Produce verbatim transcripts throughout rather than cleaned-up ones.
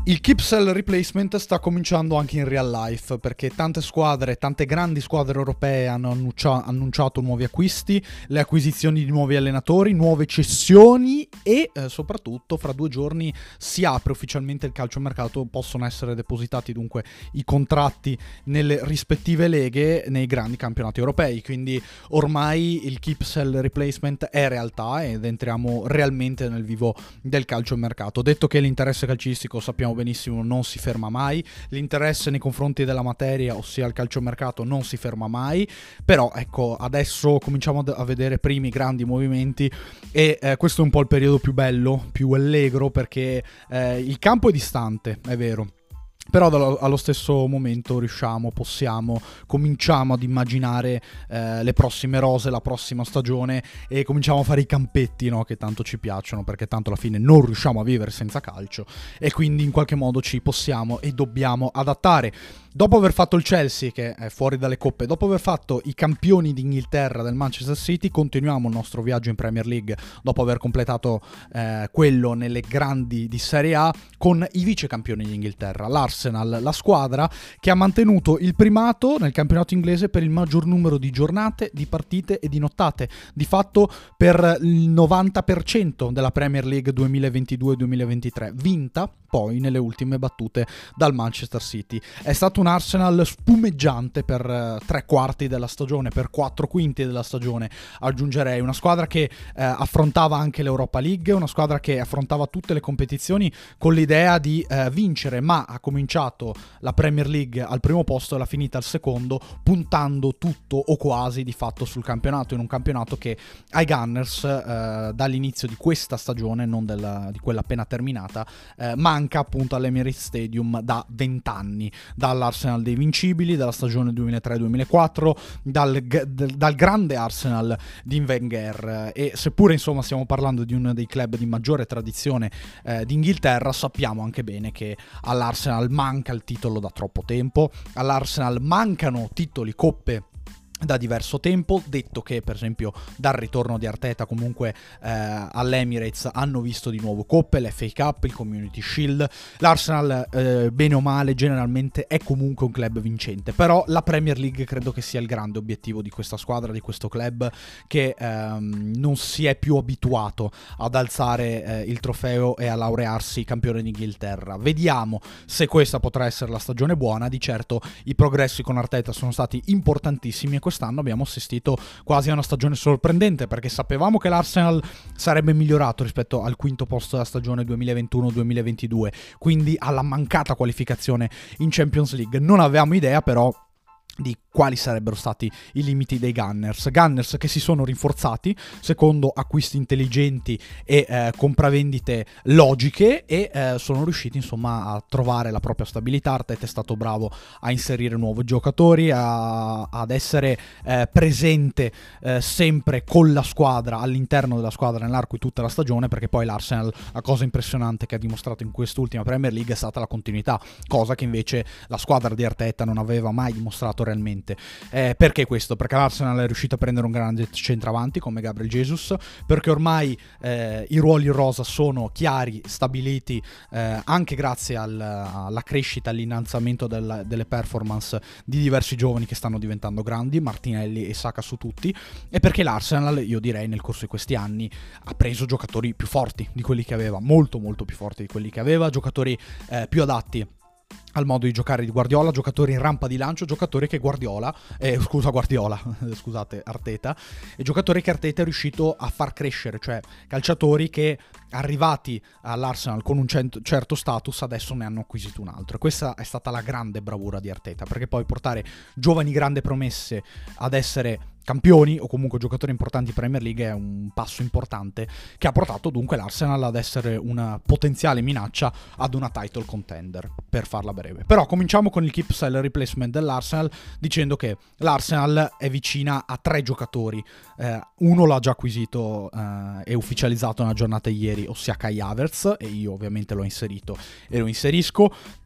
Il keep sell replacement sta cominciando anche in real life, perché tante squadre, tante grandi squadre europee hanno annuncia- annunciato nuovi acquisti, le acquisizioni di nuovi allenatori, nuove cessioni e eh, soprattutto fra due giorni si apre ufficialmente il calciomercato, possono essere depositati dunque i contratti nelle rispettive leghe nei grandi campionati europei, quindi ormai il keep sell replacement è realtà ed entriamo realmente nel vivo del calciomercato. Detto che l'interesse calcistico, sappiamo benissimo, non si ferma mai, l'interesse nei confronti della materia, ossia il calciomercato, non si ferma mai, però ecco, adesso cominciamo a vedere primi grandi movimenti e eh, questo è un po' il periodo più bello, più allegro, perché eh, il campo è distante, è vero, però dallo, allo stesso momento riusciamo, possiamo, cominciamo ad immaginare eh, le prossime rose, la prossima stagione e cominciamo a fare i campetti, no, che tanto ci piacciono, perché tanto alla fine non riusciamo a vivere senza calcio e quindi in qualche modo ci possiamo e dobbiamo adattare. Dopo aver fatto il Chelsea, che è fuori dalle coppe, dopo aver fatto i campioni d'Inghilterra del Manchester City, continuiamo il nostro viaggio in Premier League, dopo aver completato eh, quello nelle grandi di Serie A, con i vice campioni d'Inghilterra, l'Arsenal, la squadra che ha mantenuto il primato nel campionato inglese per il maggior numero di giornate, di partite e di nottate, di fatto per il novanta per cento della Premier League duemilaventidue duemilaventitré, vinta poi nelle ultime battute dal Manchester City. È stato un Arsenal spumeggiante per eh, tre quarti della stagione, per quattro quinti della stagione, aggiungerei, una squadra che eh, affrontava anche l'Europa League, una squadra che affrontava tutte le competizioni con l'idea di eh, vincere, ma ha cominciato la Premier League al primo posto e l'ha finita al secondo, puntando tutto o quasi di fatto sul campionato, in un campionato che ai Gunners eh, dall'inizio di questa stagione, non del, di quella appena terminata, eh, manca appunto all'Emirates Stadium da vent'anni, dall'Arsenal dei Vincibili, dalla stagione duemilatré duemilaquattro, dal, dal grande Arsenal di Wenger, e seppure insomma stiamo parlando di uno dei club di maggiore tradizione eh, d'Inghilterra, sappiamo anche bene che all'Arsenal manca il titolo da troppo tempo, all'Arsenal mancano titoli, coppe da diverso tempo, detto che per esempio dal ritorno di Arteta comunque eh, all'Emirates hanno visto di nuovo coppe, l'F A Cup, il Community Shield, l'Arsenal eh, bene o male generalmente è comunque un club vincente, però la Premier League credo che sia il grande obiettivo di questa squadra, di questo club che ehm, non si è più abituato ad alzare eh, il trofeo e a laurearsi campione d'Inghilterra. Vediamo se questa potrà essere la stagione buona. Di certo i progressi con Arteta sono stati importantissimi e quest'anno abbiamo assistito quasi a una stagione sorprendente, perché sapevamo che l'Arsenal sarebbe migliorato rispetto al quinto posto della stagione duemilaventuno duemilaventidue, quindi alla mancata qualificazione in Champions League. Non avevamo idea però di quali sarebbero stati i limiti dei Gunners. Gunners che si sono rinforzati secondo acquisti intelligenti e eh, compravendite logiche e eh, sono riusciti insomma a trovare la propria stabilità. Arteta è stato bravo a inserire nuovi giocatori, a, ad essere eh, presente eh, sempre con la squadra, all'interno della squadra nell'arco di tutta la stagione, perché poi l'Arsenal, la cosa impressionante che ha dimostrato in quest'ultima Premier League è stata la continuità, cosa che invece la squadra di Arteta non aveva mai dimostrato realmente. Eh, perché questo? Perché l'Arsenal è riuscito a prendere un grande centravanti come Gabriel Jesus, perché ormai eh, i ruoli in rosa sono chiari, stabiliti, eh, anche grazie al, alla crescita, all'innalzamento del, delle performance di diversi giovani che stanno diventando grandi, Martinelli e Saka su tutti, e perché l'Arsenal, io direi, nel corso di questi anni ha preso giocatori più forti di quelli che aveva, molto molto più forti di quelli che aveva, giocatori eh, più adatti al modo di giocare di Guardiola, giocatori in rampa di lancio, giocatori che Guardiola, eh, scusa Guardiola, scusate, Arteta, e giocatori che Arteta è riuscito a far crescere, cioè calciatori che arrivati all'Arsenal con un cento, certo status adesso ne hanno acquisito un altro. E questa è stata la grande bravura di Arteta, perché poi portare giovani grandi promesse ad essere campioni o comunque giocatori importanti in Premier League è un passo importante che ha portato dunque l'Arsenal ad essere una potenziale minaccia ad una title contender, per farla breve. Però cominciamo con il keep sell replacement dell'Arsenal dicendo che l'Arsenal è vicina a tre giocatori, eh, uno l'ha già acquisito eh, e ufficializzato nella giornata di ieri, ossia Kai Havertz, e io ovviamente l'ho inserito e lo inserisco.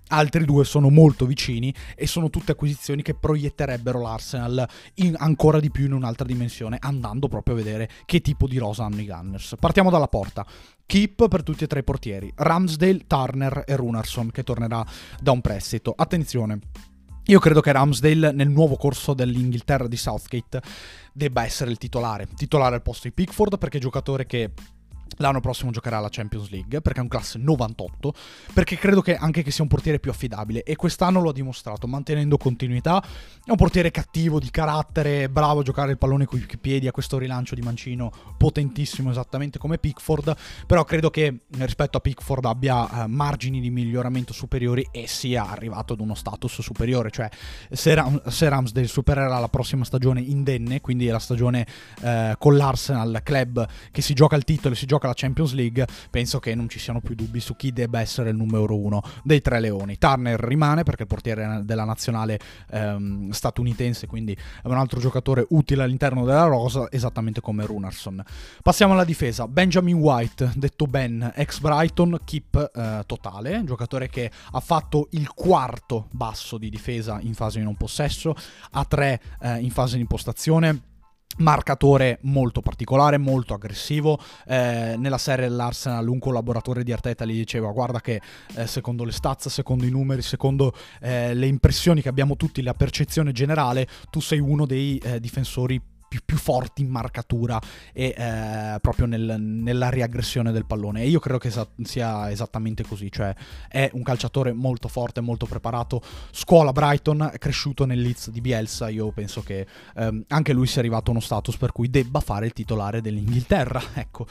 altri due sono molto vicini e sono tutte acquisizioni che proietterebbero l'Arsenal in, ancora di più in un'altra dimensione, andando proprio a vedere che tipo di rosa hanno i Gunners. Partiamo dalla porta. Keep per tutti e tre i portieri: Ramsdale, Turner e Runarsson, che tornerà da un prestito. Attenzione, io credo che Ramsdale nel nuovo corso dell'Inghilterra di Southgate debba essere il titolare, titolare al posto di Pickford, perché è giocatore che l'anno prossimo giocherà alla Champions League, perché è un classe novantotto, perché credo che anche che sia un portiere più affidabile, e quest'anno lo ha dimostrato mantenendo continuità. È un portiere cattivo, di carattere, bravo a giocare il pallone coi piedi, a questo rilancio di mancino potentissimo, esattamente come Pickford, però credo che rispetto a Pickford abbia eh, margini di miglioramento superiori e sia arrivato ad uno status superiore. Cioè se, Ram- se Ramsdale supererà la prossima stagione indenne, quindi la stagione eh, con l'Arsenal, club che si gioca il titolo e si gioca la Champions League, penso che non ci siano più dubbi su chi debba essere il numero uno dei tre leoni. Turner rimane perché è il portiere della nazionale ehm, statunitense, quindi è un altro giocatore utile all'interno della rosa, esattamente come Runarsson. Passiamo alla difesa. Benjamin White, detto Ben, ex Brighton, keep eh, totale, giocatore che ha fatto il quarto basso di difesa in fase di non possesso, a tre eh, in fase di impostazione. Marcatore molto particolare, molto aggressivo. Eh, nella serie dell'Arsenal un collaboratore di Arteta gli diceva: guarda che eh, secondo le stats, secondo i numeri, secondo eh, le impressioni che abbiamo tutti, la percezione generale, tu sei uno dei eh, difensori più, più forti in marcatura e eh, proprio nel, nella riaggressione del pallone. E io credo che esa- sia esattamente così. Cioè è un calciatore molto forte, molto preparato, scuola Brighton, è cresciuto nel Leeds di Bielsa. Io penso che ehm, anche lui sia arrivato a uno status per cui debba fare il titolare dell'Inghilterra, ecco,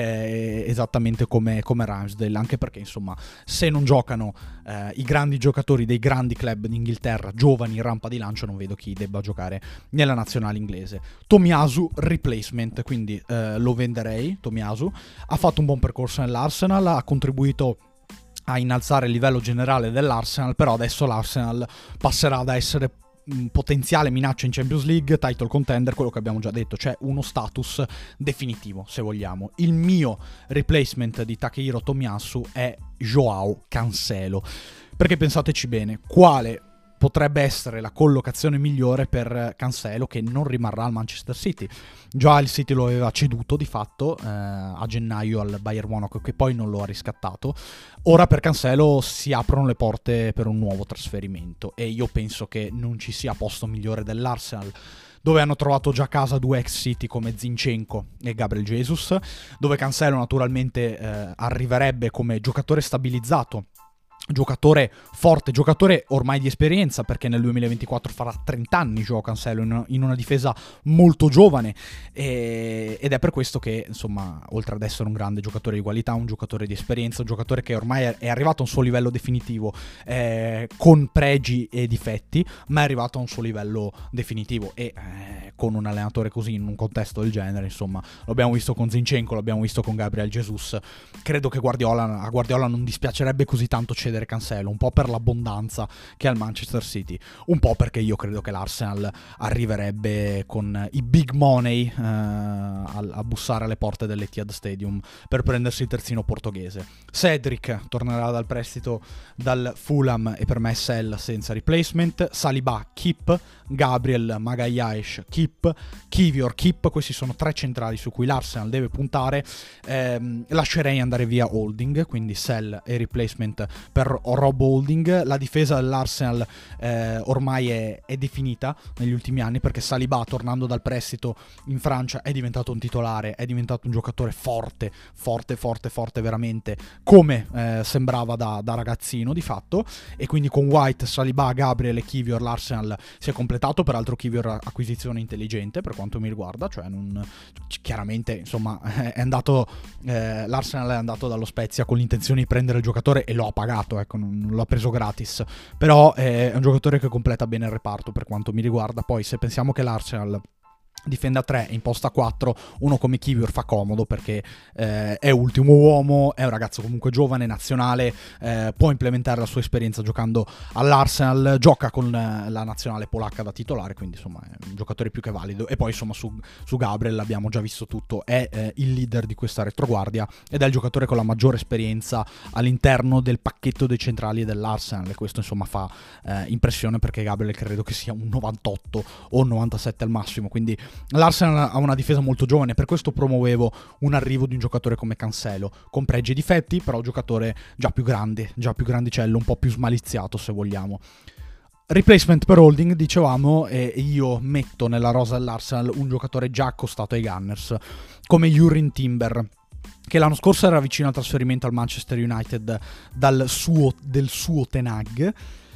eh, esattamente come, come Ramsdale, anche perché insomma se non giocano eh, i grandi giocatori dei grandi club d'Inghilterra, giovani in rampa di lancio, non vedo chi debba giocare nella nazionale inglese. Tomiyasu replacement, quindi eh, lo venderei. Tomiyasu ha fatto un buon percorso nell'Arsenal, ha contribuito a innalzare il livello generale dell'Arsenal, però adesso l'Arsenal passerà da essere un potenziale minaccia in Champions League, title contender, quello che abbiamo già detto, cioè uno status definitivo, se vogliamo. Il mio replacement di Takehiro Tomiyasu è Joao Cancelo, perché pensateci bene, quale potrebbe essere la collocazione migliore per Cancelo, che non rimarrà al Manchester City. Già il City lo aveva ceduto di fatto eh, a gennaio al Bayern Monaco, che poi non lo ha riscattato. Ora per Cancelo si aprono le porte per un nuovo trasferimento e io penso che non ci sia posto migliore dell'Arsenal, dove hanno trovato già casa due ex City come Zinchenko e Gabriel Jesus, dove Cancelo naturalmente eh, arriverebbe come giocatore stabilizzato, giocatore forte, giocatore ormai di esperienza, perché nel duemilaventiquattro farà trenta anni Joao Cancelo, in una, in una difesa molto giovane, e, ed è per questo che insomma, oltre ad essere un grande giocatore di qualità, un giocatore di esperienza, un giocatore che ormai è, è arrivato a un suo livello definitivo, eh, con pregi e difetti, ma è arrivato a un suo livello definitivo e eh, con un allenatore così in un contesto del genere, insomma, lo abbiamo visto con Zinchenko, l'abbiamo visto con Gabriel Jesus. Credo che Guardiola, a Guardiola non dispiacerebbe così tanto cedere Cancelo, un po' per l'abbondanza che ha il Manchester City, un po' perché io credo che l'Arsenal arriverebbe con i big money eh, a, a bussare alle porte dell'Etihad Stadium per prendersi il terzino portoghese. Cedric tornerà dal prestito dal Fulham e per me è Sell senza replacement. Saliba keep, Gabriel Magalhaes keep, Kivior keep. Questi sono tre centrali su cui l'Arsenal deve puntare. Eh, lascerei andare via Holding, quindi Sell e replacement per Rob Holding. La difesa dell'Arsenal eh, ormai è, è definita negli ultimi anni, perché Saliba, tornando dal prestito in Francia, è diventato un titolare, è diventato un giocatore forte, forte, forte, forte veramente, come eh, sembrava da, da ragazzino di fatto, e quindi con White, Saliba, Gabriel e Kivior l'Arsenal si è completato. Peraltro Kivior acquisizione intelligente per quanto mi riguarda, cioè non, chiaramente insomma è andato eh, l'Arsenal è andato dallo Spezia con l'intenzione di prendere il giocatore e lo ha pagato, ecco, non l'ha preso gratis, però è un giocatore che completa bene il reparto per quanto mi riguarda. Poi se pensiamo che l'Arsenal difende a tre e imposta a quattro, uno come Kiwior fa comodo perché eh, è ultimo uomo, è un ragazzo comunque giovane, nazionale, eh, può implementare la sua esperienza giocando all'Arsenal, gioca con eh, la nazionale polacca da titolare, quindi insomma è un giocatore più che valido. E poi insomma su, su Gabriel abbiamo già visto tutto, è eh, il leader di questa retroguardia ed è il giocatore con la maggiore esperienza all'interno del pacchetto dei centrali dell'Arsenal, e questo insomma fa eh, impressione, perché Gabriel credo che sia un novantotto o un novantasette al massimo, quindi l'Arsenal ha una difesa molto giovane. Per questo promuovevo un arrivo di un giocatore come Cancelo, con pregi e difetti, però un giocatore già più grande, già più grandicello, un po' più smaliziato se vogliamo. Replacement per Holding, dicevamo, e io metto nella rosa dell'Arsenal un giocatore già accostato ai Gunners, come Jurrien Timber, che l'anno scorso era vicino al trasferimento al Manchester United dal suo, del suo Ten Hag.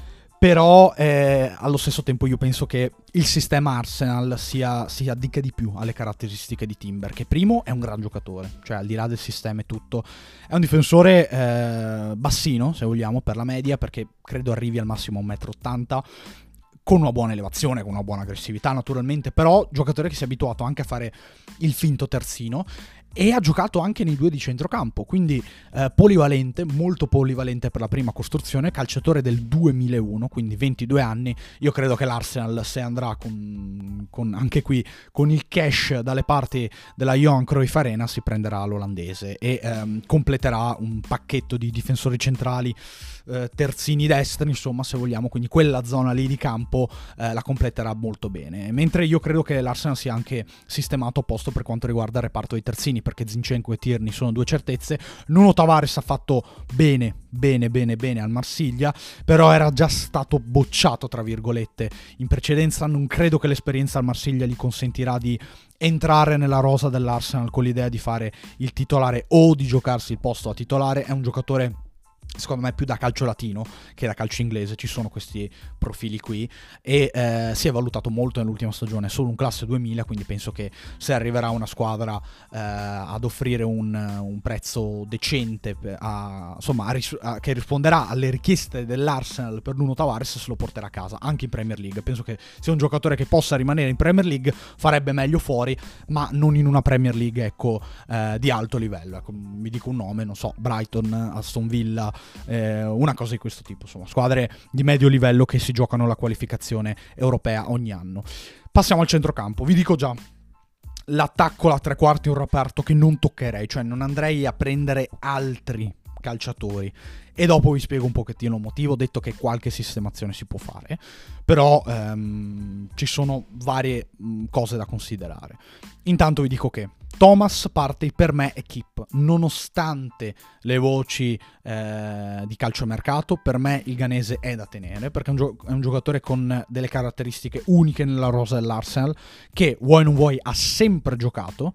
Però eh, allo stesso tempo io penso che il sistema Arsenal sia, si addica di più alle caratteristiche di Timber, che primo è un gran giocatore, cioè al di là del sistema e tutto, è un difensore eh, bassino, se vogliamo, per la media, perché credo arrivi al massimo a un metro e ottanta, con una buona elevazione, con una buona aggressività naturalmente, però giocatore che si è abituato anche a fare il finto terzino, e ha giocato anche nei due di centrocampo, quindi eh, polivalente, molto polivalente per la prima costruzione, calciatore del duemilauno, quindi ventidue anni. Io credo che l'Arsenal, se andrà con, con anche qui con il cash dalle parti della Johan Cruyff Arena, si prenderà l'olandese e ehm, completerà un pacchetto di difensori centrali, eh, terzini destri, insomma, se vogliamo, quindi quella zona lì di campo eh, la completerà molto bene. Mentre io credo che l'Arsenal sia anche sistemato a posto per quanto riguarda il reparto dei terzini, perché Zinchenko e Tierney sono due certezze. Nuno Tavares ha fatto bene, bene, bene, bene al Marsiglia, però era già stato bocciato, tra virgolette, in precedenza. Non credo che l'esperienza al Marsiglia gli consentirà di entrare nella rosa dell'Arsenal con l'idea di fare il titolare o di giocarsi il posto a titolare. È un giocatore secondo me più da calcio latino che da calcio inglese, ci sono questi profili qui, e eh, si è valutato molto nell'ultima stagione, solo un classe duemila, quindi penso che se arriverà una squadra eh, ad offrire un, un prezzo decente a, insomma a ris- a, che risponderà alle richieste dell'Arsenal per Nuno Tavares, se lo porterà a casa anche in Premier League. Penso che sia un giocatore che possa rimanere in Premier League, farebbe meglio fuori, ma non in una Premier League, ecco, eh, di alto livello, ecco, mi dico un nome, non so, Brighton, Aston Villa, Eh, una cosa di questo tipo, insomma, squadre di medio livello che si giocano la qualificazione europea ogni anno. Passiamo al centrocampo. Vi dico già, l'attacco, la tre quarti è un reparto che non toccherei, cioè non andrei a prendere altri calciatori, e dopo vi spiego un pochettino il motivo. Ho detto che qualche sistemazione si può fare, però ehm, ci sono varie mh, cose da considerare. Intanto vi dico che Thomas Partey per me è keep, nonostante le voci eh, di calciomercato. Per me il ghanese è da tenere, perché è un, gio- è un giocatore con delle caratteristiche uniche nella rosa dell'Arsenal, che vuoi non vuoi ha sempre giocato,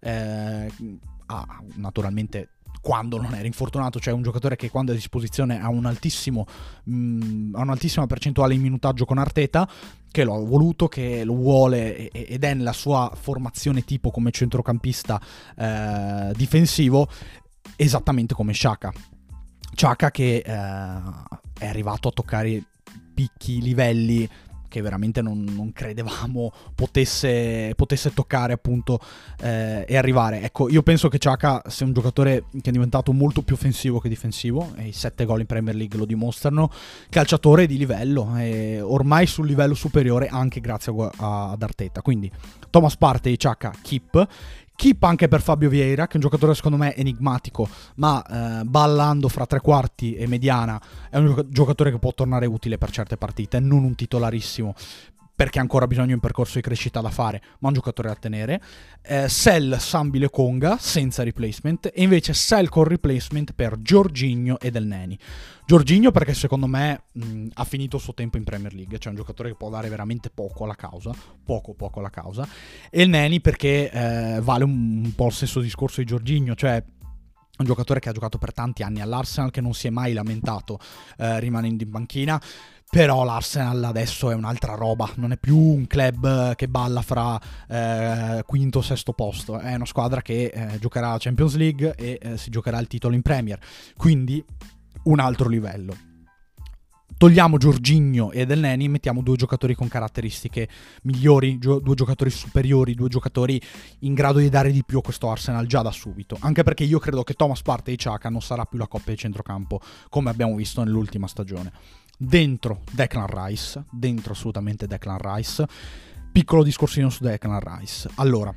eh, ha naturalmente quando non era infortunato, cioè un giocatore che quando è a disposizione ha un altissimo mh, ha un'altissima percentuale in minutaggio con Arteta, che lo ha voluto, che lo vuole ed è nella sua formazione tipo come centrocampista eh, difensivo, esattamente come Xhaka. Xhaka che eh, è arrivato a toccare picchi, livelli che veramente non, non credevamo potesse, potesse toccare, appunto, eh, e arrivare. Ecco, io penso che Xhaka sia un giocatore che è diventato molto più offensivo che difensivo, e i sette gol in Premier League lo dimostrano. Calciatore di livello, e ormai sul livello superiore anche grazie a, a, ad Arteta. Quindi Thomas Partey, Xhaka, keep. Keep anche per Fabio Vieira, che è un giocatore secondo me enigmatico, ma eh, ballando fra tre quarti e mediana è un giocatore che può tornare utile per certe partite, non un titolarissimo, perché ha ancora bisogno di un percorso di crescita da fare, ma un giocatore da tenere. eh, Sell, Sambile, Conga senza replacement, e invece Sell con replacement per Jorginho e Del Neni. Jorginho perché secondo me mh, ha finito il suo tempo in Premier League, cioè un giocatore che può dare veramente poco alla causa, poco poco alla causa, e il Neni perché eh, vale un, un po' il stesso discorso di Jorginho, cioè un giocatore che ha giocato per tanti anni all'Arsenal, che non si è mai lamentato eh, rimanendo in panchina. Però l'Arsenal adesso è un'altra roba, non è più un club che balla fra eh, quinto o sesto posto, è una squadra che eh, giocherà la Champions League e eh, si giocherà il titolo in Premier, quindi un altro livello. togliamo Jorginho e Del Neni e mettiamo due giocatori con caratteristiche migliori, gio- due giocatori superiori, due giocatori in grado di dare di più a questo Arsenal già da subito. Anche perché io credo che Thomas Partey e Xhaka non sarà più la coppia di centrocampo come abbiamo visto nell'ultima stagione. Dentro Declan Rice, dentro assolutamente Declan Rice. Piccolo discorsino su Declan Rice. Allora,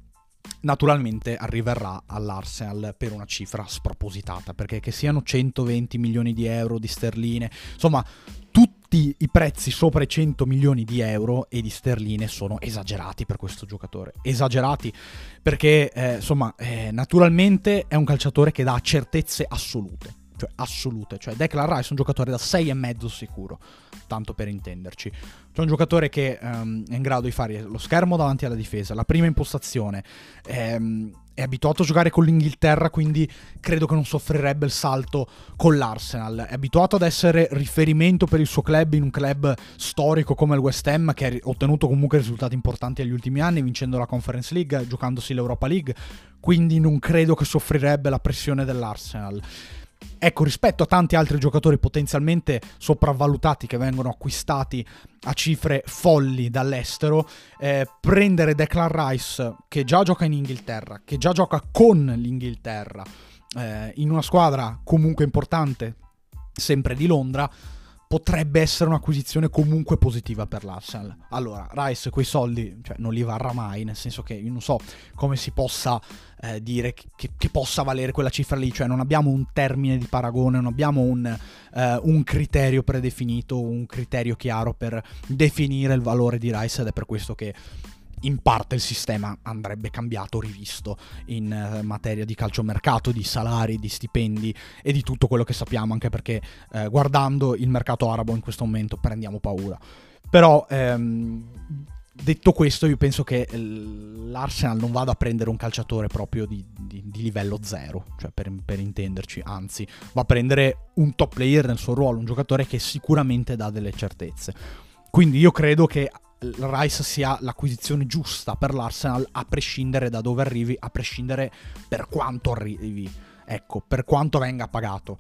naturalmente arriverà all'Arsenal per una cifra spropositata, perché che siano centoventi milioni di euro di sterline, insomma tutti i prezzi sopra i cento milioni di euro e di sterline sono esagerati per questo giocatore, esagerati perché eh, insomma eh, naturalmente è un calciatore che dà certezze assolute, cioè assolute, cioè Declan Rice è un giocatore da sei e mezzo sicuro, tanto per intenderci. C'è un giocatore che um, è in grado di fare lo schermo davanti alla difesa, la prima impostazione, ehm, è abituato a giocare con l'Inghilterra, quindi credo che non soffrirebbe il salto con l'Arsenal, è abituato ad essere riferimento per il suo club in un club storico come il West Ham, che ha ottenuto comunque risultati importanti negli ultimi anni, vincendo la Conference League, giocandosi l'Europa League, quindi non credo che soffrirebbe la pressione dell'Arsenal. Ecco, rispetto a tanti altri giocatori potenzialmente sopravvalutati che vengono acquistati a cifre folli dall'estero, eh, prendere Declan Rice, che già gioca in Inghilterra, che già gioca con l'Inghilterra, eh, in una squadra comunque importante, sempre di Londra, potrebbe essere un'acquisizione comunque positiva per l'Arsenal. Allora, Rice quei soldi, cioè, non li varrà mai, nel senso che io non so come si possa eh, dire che, che possa valere quella cifra lì, cioè non abbiamo un termine di paragone, non abbiamo un, eh, un criterio predefinito, un criterio chiaro per definire il valore di Rice, ed è per questo che in parte il sistema andrebbe cambiato, rivisto in eh, materia di calciomercato, di salari, di stipendi e di tutto quello che sappiamo, anche perché eh, guardando il mercato arabo in questo momento prendiamo paura. Però ehm, detto questo, io penso che l'Arsenal non vada a prendere un calciatore proprio di, di, di livello zero, cioè per, per intenderci, anzi va a prendere un top player nel suo ruolo, un giocatore che sicuramente dà delle certezze. Quindi io credo che Rice sia l'acquisizione giusta per l'Arsenal, a prescindere da dove arrivi, a prescindere per quanto arrivi, ecco, per quanto venga pagato.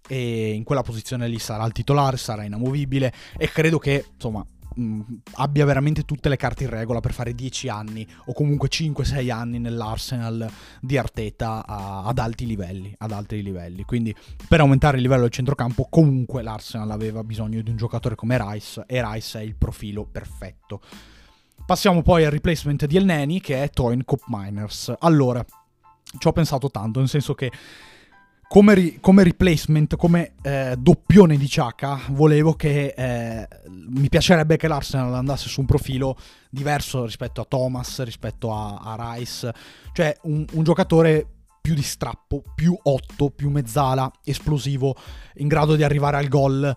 E in quella posizione lì sarà il titolare, sarà inamovibile, e credo che, insomma, mh, abbia veramente tutte le carte in regola per fare dieci anni o comunque cinque sei anni nell'Arsenal di Arteta a, ad alti livelli, ad alti livelli. Quindi per aumentare il livello del centrocampo comunque l'Arsenal aveva bisogno di un giocatore come Rice, e Rice è il profilo perfetto. Passiamo poi al replacement di El Neni, che è Toyin Koopmeiners. Allora, ci ho pensato tanto, nel senso che Come, ri- come replacement, come eh, doppione di Xhaka, volevo che eh, mi piacerebbe che l'Arsenal andasse su un profilo diverso rispetto a Thomas, rispetto a, a Rice, cioè un, un giocatore più di strappo, più otto, più mezzala, esplosivo, in grado di arrivare al gol,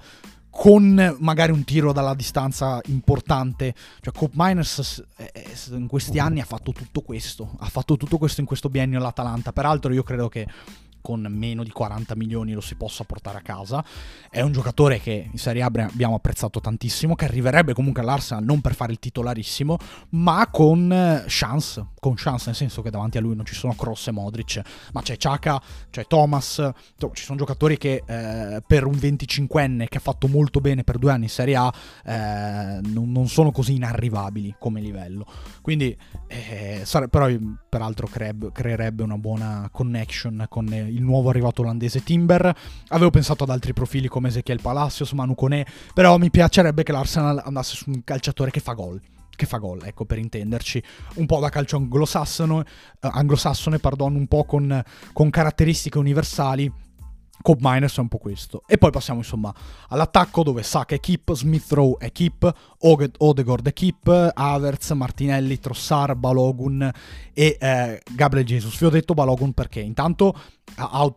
con magari un tiro dalla distanza importante. Cioè Koopmeiners in questi anni ha fatto tutto questo, ha fatto tutto questo in questo biennio all'Atalanta. Peraltro io credo che con meno di quaranta milioni lo si possa portare a casa. È un giocatore che in Serie A abbiamo apprezzato tantissimo, che arriverebbe comunque all'Arsenal non per fare il titolarissimo, ma con chance, con chance, nel senso che davanti a lui non ci sono Kroos e Modric, ma c'è Xhaka, c'è Thomas, ci sono giocatori che eh, per un venticinquenne che ha fatto molto bene per due anni in Serie A eh, non, non sono così inarrivabili come livello. Quindi eh, sare- però peraltro creeb- creerebbe una buona connection con eh, il nuovo arrivato olandese Timber. Avevo pensato ad altri profili come Ezequiel Palacios, Manu Koné, però mi piacerebbe che l'Arsenal andasse su un calciatore che fa gol, che fa gol, ecco, per intenderci, un po' da calcio anglosassone, eh, anglosassone, pardon, un po' con, con caratteristiche universali. Koopmeiners è un po' questo. E poi passiamo insomma all'attacco, dove Saka è keep, Smith Rowe è keep, Odegaard è keep, Havertz, Martinelli, Trossard, Balogun e eh, Gabriel Jesus. Vi ho detto Balogun perché intanto out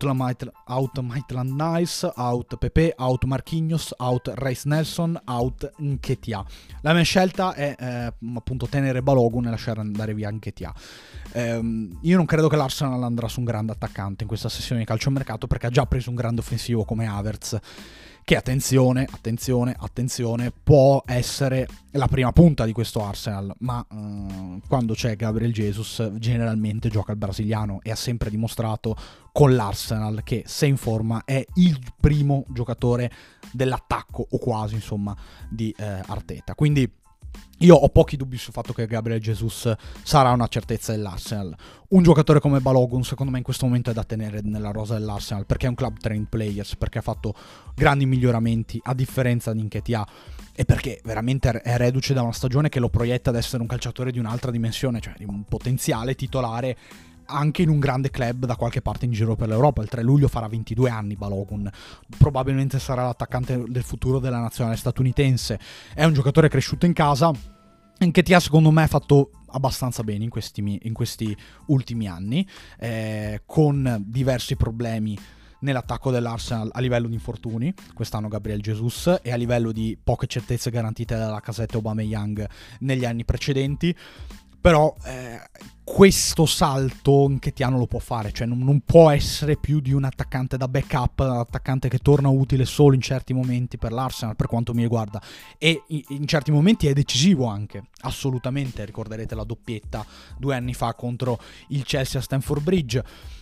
Maitland-Niles, out Pepe, out Marquinhos, out Reiss Nelson, out Nketiah. La mia scelta è eh, appunto tenere Balogun e lasciare andare via Nketiah. Um, io non credo che l'Arsenal andrà su un grande attaccante in questa sessione di calciomercato, perché ha già preso un un grande offensivo come Havertz, che attenzione, attenzione, attenzione, può essere la prima punta di questo Arsenal, ma uh, quando c'è Gabriel Jesus generalmente gioca il brasiliano e ha sempre dimostrato con l'Arsenal che, se in forma, è il primo giocatore dell'attacco, o quasi, insomma, di eh, Arteta. Quindi io ho pochi dubbi sul fatto che Gabriel Jesus sarà una certezza dell'Arsenal. Un giocatore come Balogun secondo me in questo momento è da tenere nella rosa dell'Arsenal, perché è un club trained players, perché ha fatto grandi miglioramenti a differenza di Nketiah, e perché veramente è reduce da una stagione che lo proietta ad essere un calciatore di un'altra dimensione, cioè di un potenziale titolare anche in un grande club da qualche parte in giro per l'Europa. Il tre luglio farà ventidue anni Balogun, probabilmente sarà l'attaccante del futuro della nazionale statunitense. È un giocatore cresciuto in casa, Nketiah secondo me ha fatto abbastanza bene in questi, in questi ultimi anni, eh, con diversi problemi nell'attacco dell'Arsenal a livello di infortuni, quest'anno Gabriel Jesus, e a livello di poche certezze garantite dalla Lacazette e Aubameyang negli anni precedenti. Però eh, questo salto Nketiah non lo può fare, cioè non, non può essere più di un attaccante da backup, un attaccante che torna utile solo in certi momenti per l'Arsenal, per quanto mi riguarda, e in, in certi momenti è decisivo anche, assolutamente. Ricorderete la doppietta due anni fa contro il Chelsea a Stamford Bridge.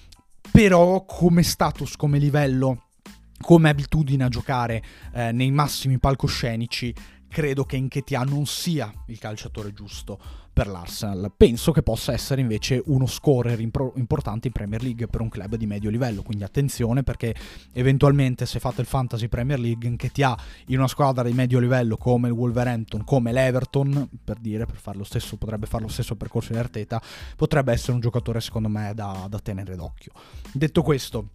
Però come status, come livello, come abitudine a giocare eh, nei massimi palcoscenici, credo che Nketiah non sia il calciatore giusto per l'Arsenal. Penso che possa essere invece uno scorer impro- importante in Premier League per un club di medio livello, quindi attenzione, perché eventualmente se fate il Fantasy Premier League, Nketiah in una squadra di medio livello come il Wolverhampton, come l'Everton, per dire, per fare lo stesso, potrebbe fare lo stesso percorso di Arteta, potrebbe essere un giocatore secondo me da, da tenere d'occhio. Detto questo,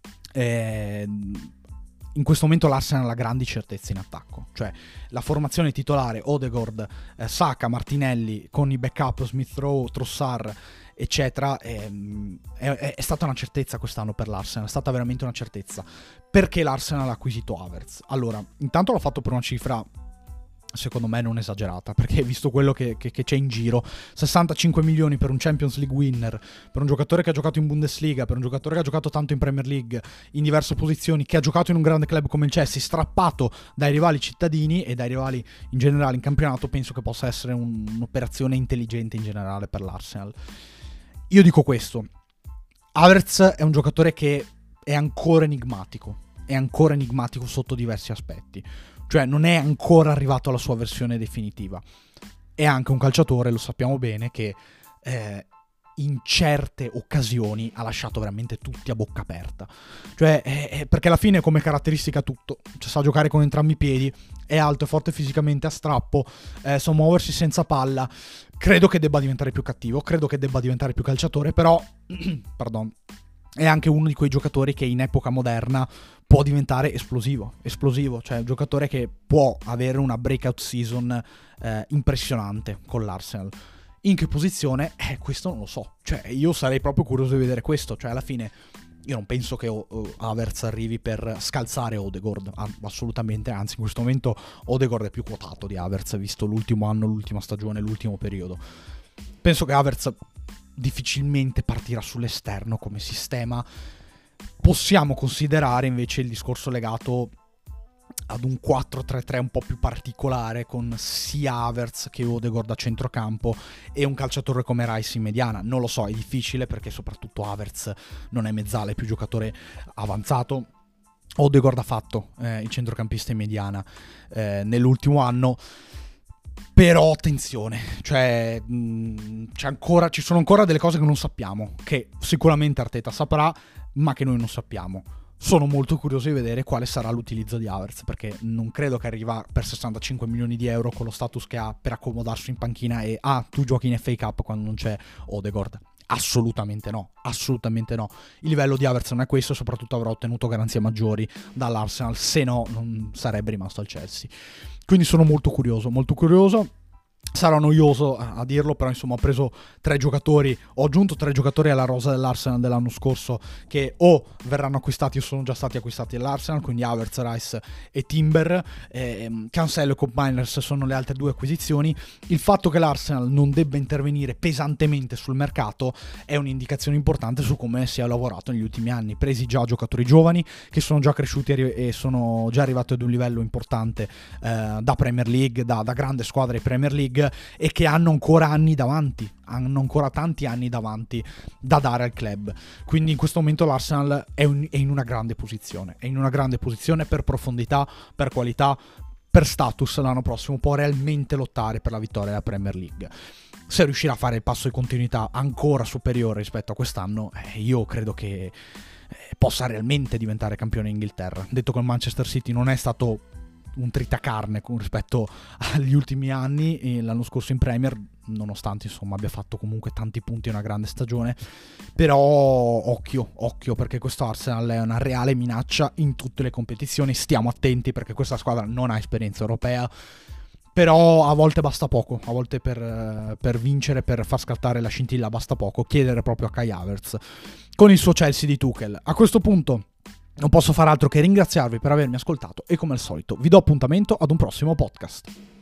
eh, in questo momento l'Arsenal ha grandi certezze in attacco, cioè la formazione titolare Odegaard, eh, Saka, Martinelli con i backup Smith Rowe, Trossard eccetera è, è, è stata una certezza quest'anno per l'Arsenal, è stata veramente una certezza. Perché l'Arsenal ha acquisito Havertz? Allora, intanto l'ha fatto per una cifra secondo me non esagerata, perché visto quello che, che, che c'è in giro, sessantacinque milioni per un Champions League winner, per un giocatore che ha giocato in Bundesliga, per un giocatore che ha giocato tanto in Premier League, in diverse posizioni, che ha giocato in un grande club come il Chelsea, strappato dai rivali cittadini e dai rivali in generale in campionato, penso che possa essere un, un'operazione intelligente in generale per l'Arsenal. Io dico questo: Havertz è un giocatore che è ancora enigmatico, è ancora enigmatico sotto diversi aspetti. Cioè non è ancora arrivato alla sua versione definitiva. È anche un calciatore, lo sappiamo bene, che eh, in certe occasioni ha lasciato veramente tutti a bocca aperta. Cioè, eh, perché alla fine come caratteristica tutto, cioè, sa giocare con entrambi i piedi, è alto, è forte fisicamente a strappo, eh, sa muoversi senza palla. Credo che debba diventare più cattivo, credo che debba diventare più calciatore, però pardon, è anche uno di quei giocatori che in epoca moderna può diventare esplosivo, esplosivo, cioè un giocatore che può avere una breakout season eh, impressionante con l'Arsenal. In che posizione? Eh, questo non lo so, cioè io sarei proprio curioso di vedere questo, cioè alla fine io non penso che uh, Havertz arrivi per scalzare Odegaard, ah, assolutamente, anzi in questo momento Odegaard è più quotato di Havertz, visto l'ultimo anno, l'ultima stagione, l'ultimo periodo. Penso che Havertz difficilmente partirà sull'esterno come sistema. Possiamo considerare invece il discorso legato ad un quattro tre tre un po' più particolare, con sia Havertz che Odegaard a centrocampo e un calciatore come Rice in mediana. Non lo so, è difficile perché soprattutto Havertz non è mezzala, è più giocatore avanzato. Odegaard ha fatto eh, il centrocampista in mediana eh, nell'ultimo anno. Però attenzione, cioè mh, c'è ancora, ci sono ancora delle cose che non sappiamo, che sicuramente Arteta saprà, ma che noi non sappiamo. Sono molto curioso di vedere quale sarà l'utilizzo di Havertz, perché non credo che arriva per sessantacinque milioni di euro con lo status che ha per accomodarsi in panchina e ah, tu giochi in F A Cup quando non c'è Odegaard. Assolutamente no, assolutamente no. Il livello di Havertz non è questo, soprattutto avrà ottenuto garanzie maggiori dall'Arsenal, se no non sarebbe rimasto al Chelsea. Quindi sono molto curioso, molto curioso. Sarà noioso a dirlo, però insomma ho preso tre giocatori, ho aggiunto tre giocatori alla rosa dell'Arsenal dell'anno scorso che o verranno acquistati o sono già stati acquistati dall'Arsenal, quindi Havertz, Rice e Timber. eh, Cancelo e Cobb Miners sono le altre due acquisizioni. Il fatto che l'Arsenal non debba intervenire pesantemente sul mercato è un'indicazione importante su come si è lavorato negli ultimi anni, presi già giocatori giovani che sono già cresciuti e sono già arrivati ad un livello importante eh, da Premier League, da, da grande squadra di Premier League, e che hanno ancora anni davanti, hanno ancora tanti anni davanti da dare al club. Quindi in questo momento l'Arsenal è, un, è in una grande posizione, è in una grande posizione per profondità, per qualità, per status. L'anno prossimo può realmente lottare per la vittoria della Premier League. Se riuscirà a fare il passo di continuità ancora superiore rispetto a quest'anno, eh, io credo che possa realmente diventare campione in Inghilterra. Detto che il Manchester City non è stato un tritacarne con rispetto agli ultimi anni, e l'anno scorso in Premier, nonostante insomma abbia fatto comunque tanti punti in una grande stagione, però occhio, occhio perché questo Arsenal è una reale minaccia in tutte le competizioni. Stiamo attenti perché questa squadra non ha esperienza europea, però a volte basta poco, a volte per, per vincere, per far scattare la scintilla basta poco, chiedere proprio a Kai Havertz con il suo Chelsea di Tuchel. A questo punto non posso far altro che ringraziarvi per avermi ascoltato e come al solito vi do appuntamento ad un prossimo podcast.